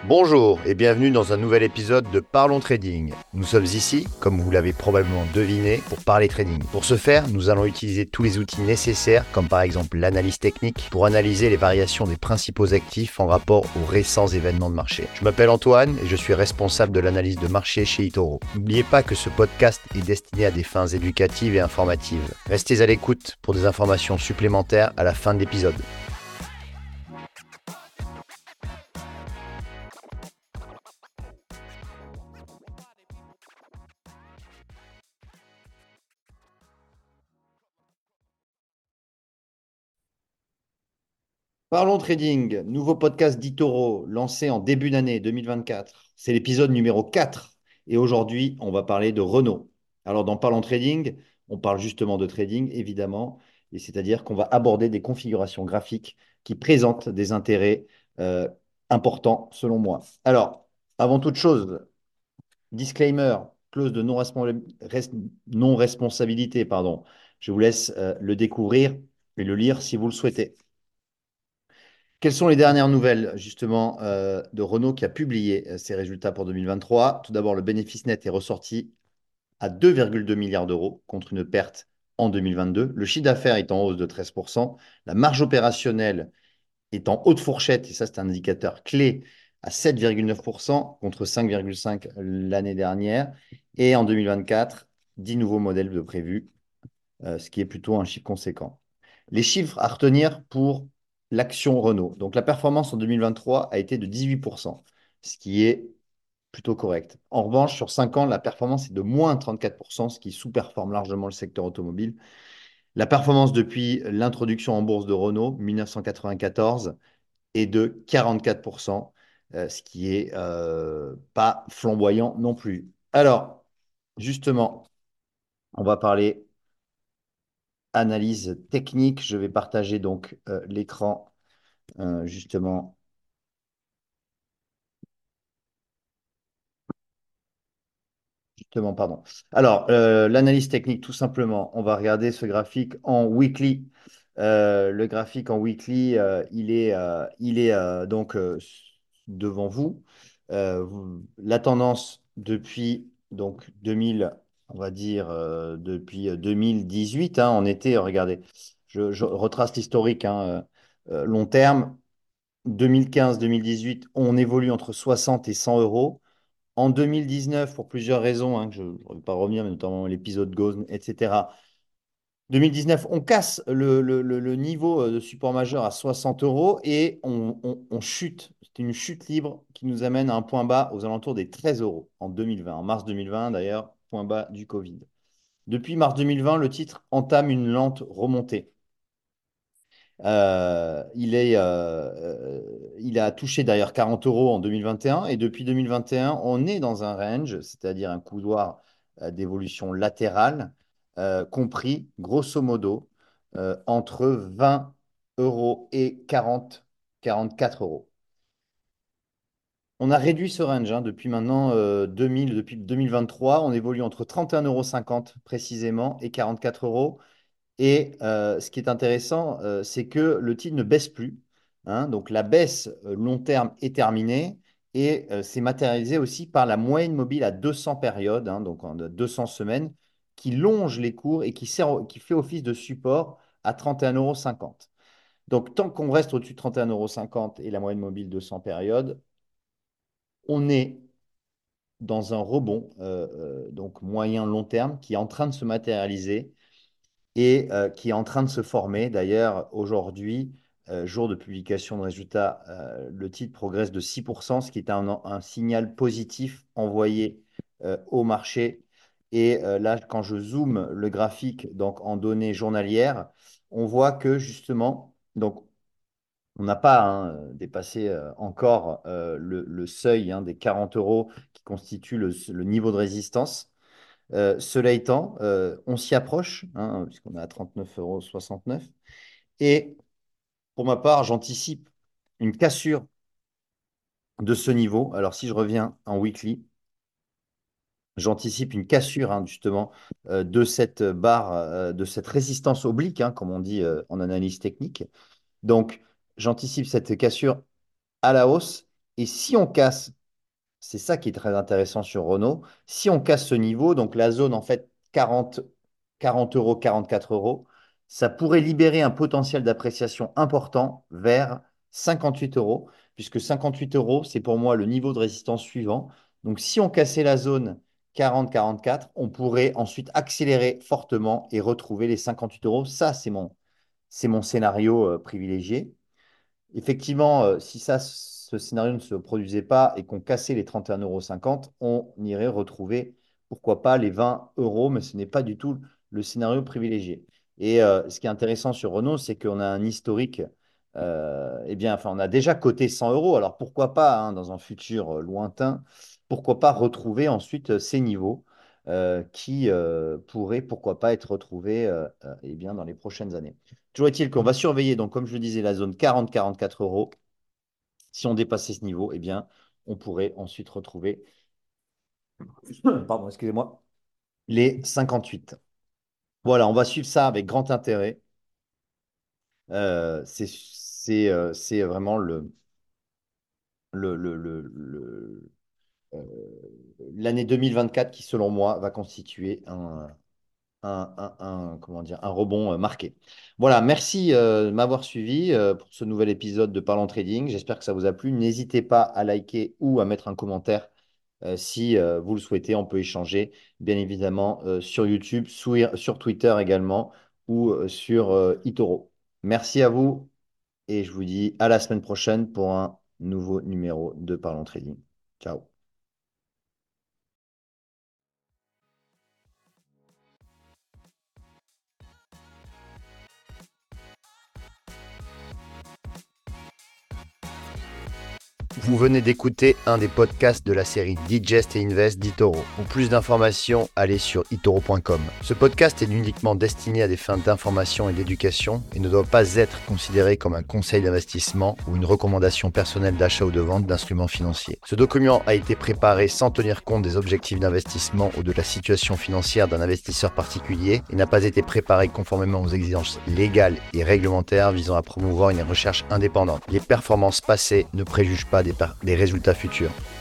Bonjour et bienvenue dans un nouvel épisode de Parlons Trading. Nous sommes ici, comme vous l'avez probablement deviné, pour parler trading. Pour ce faire, nous allons utiliser tous les outils nécessaires, comme par exemple l'analyse technique, pour analyser les variations des principaux actifs en rapport aux récents événements de marché. Je m'appelle Antoine et je suis responsable de l'analyse de marché chez eToro. N'oubliez pas que ce podcast est destiné à des fins éducatives et informatives. Restez à l'écoute pour des informations supplémentaires à la fin de l'épisode. Parlons Trading, nouveau podcast d'eToro lancé en début d'année 2024. C'est l'épisode numéro 4 et aujourd'hui, on va parler de Renault. Alors, dans Parlons Trading, on parle justement de trading, évidemment, et c'est-à-dire qu'on va aborder des configurations graphiques qui présentent des intérêts euh, importants selon moi. Alors, avant toute chose, disclaimer, clause de non-responsabilité, pardon. Je vous laisse le découvrir et le lire si vous le souhaitez. Quelles sont les dernières nouvelles justement de Renault qui a publié ses résultats pour 2023? Tout d'abord, le bénéfice net est ressorti à 2,2 milliards d'euros contre une perte en 2022. Le chiffre d'affaires est en hausse de 13%. La marge opérationnelle est en haute fourchette, et ça c'est un indicateur clé, à 7,9% contre 5,5% l'année dernière. Et en 2024, 10 nouveaux modèles de prévus, ce qui est plutôt un chiffre conséquent. Les chiffres à retenir pour l'action Renault. Donc la performance en 2023 a été de 18%, ce qui est plutôt correct. En revanche, sur 5 ans, la performance est de moins 34%, ce qui sous-performe largement le secteur automobile. La performance depuis l'introduction en bourse de Renault, 1994, est de 44%, ce qui est pas flamboyant non plus. Alors, justement, on va parler analyse technique. Je vais partager donc l'écran justement. Justement, pardon. Alors, l'analyse technique, tout simplement, on va regarder ce graphique en weekly. Le graphique en weekly, il est donc devant vous. La tendance depuis donc 2000, on va dire depuis 2018, hein, en été, regardez, je retrace l'historique, hein, long terme, 2015-2018, on évolue entre 60 et 100 euros. En 2019, pour plusieurs raisons, hein, que je ne vais pas revenir, mais notamment l'épisode Ghost, etc. 2019, on casse le niveau de support majeur à 60 euros et on chute. C'est une chute libre qui nous amène à un point bas aux alentours des 13 euros en 2020. En mars 2020, d'ailleurs, point bas du Covid. Depuis mars 2020, le titre entame une lente remontée. Il a touché d'ailleurs 40 euros en 2021 et depuis 2021, on est dans un range, c'est-à-dire un couloir d'évolution latérale, compris grosso modo entre 20 euros et 44 euros. On a réduit ce range hein, depuis maintenant 2000, depuis 2023, on évolue entre 31,50 euros précisément et 44 euros. Et ce qui est intéressant, c'est que le titre ne baisse plus, hein. Donc la baisse long terme est terminée et c'est matérialisé aussi par la moyenne mobile à 200 périodes, hein, donc en 200 semaines, qui longe les cours et qui fait office de support à 31,50 euros. Donc tant qu'on reste au-dessus de 31,50 euros et la moyenne mobile 200 périodes, on est dans un rebond, donc moyen-long terme, qui est en train de se matérialiser et qui est en train de se former. D'ailleurs, aujourd'hui, jour de publication de résultats, le titre progresse de 6%, ce qui est un signal positif envoyé au marché. Et là, quand je zoome le graphique donc en données journalières, on voit que justement, donc, on n'a pas hein, dépassé encore le seuil hein, des 40 euros qui constitue le niveau de résistance. Cela étant, on s'y approche, hein, puisqu'on est à 39,69 euros. Et pour ma part, j'anticipe une cassure de ce niveau. Alors, si je reviens en weekly, j'anticipe une cassure hein, justement de cette barre, de cette résistance oblique, hein, comme on dit en analyse technique. Donc, j'anticipe cette cassure à la hausse Et si on casse, c'est ça qui est très intéressant sur Renault, si on casse ce niveau, donc la zone en fait 40 euros, 44 euros, ça pourrait libérer un potentiel d'appréciation important vers 58 euros, puisque 58 euros, c'est pour moi le niveau de résistance suivant. Donc si on cassait la zone 40-44, on pourrait ensuite accélérer fortement et retrouver les 58 euros. Ça, c'est mon scénario privilégié. Effectivement, si ce scénario ne se produisait pas et qu'on cassait les 31,50 €, on irait retrouver, pourquoi pas, les 20 euros, mais ce n'est pas du tout le scénario privilégié. Et ce qui est intéressant sur Renault, c'est qu'on a un historique, eh bien, enfin, on a déjà coté 100 euros, alors pourquoi pas, hein, dans un futur lointain, pourquoi pas retrouver ensuite ces niveaux qui pourraient, pourquoi pas, être retrouvés eh bien, dans les prochaines années. Toujours est-il qu'on va surveiller, donc, comme je le disais, la zone 40-44 euros. Si on dépassait ce niveau, eh bien, on pourrait ensuite retrouver, pardon, excusez-moi, les 58. Voilà, on va suivre ça avec grand intérêt. C'est vraiment euh, l'année 2024 qui, selon moi, va constituer comment dire, un rebond marqué. Voilà, merci de m'avoir suivi pour ce nouvel épisode de Parlons Trading. J'espère que ça vous a plu. N'hésitez pas à liker ou à mettre un commentaire si vous le souhaitez. On peut échanger, bien évidemment, sur YouTube, sur Twitter également ou sur eToro. Merci à vous et je vous dis à la semaine prochaine pour un nouveau numéro de Parlons Trading. Ciao. Vous venez d'écouter un des podcasts de la série Digest et Invest d'eToro. Pour plus d'informations, allez sur eToro.com. Ce podcast est uniquement destiné à des fins d'information et d'éducation et ne doit pas être considéré comme un conseil d'investissement ou une recommandation personnelle d'achat ou de vente d'instruments financiers. Ce document a été préparé sans tenir compte des objectifs d'investissement ou de la situation financière d'un investisseur particulier et n'a pas été préparé conformément aux exigences légales et réglementaires visant à promouvoir une recherche indépendante. Les performances passées ne préjugent pas des résultats futurs.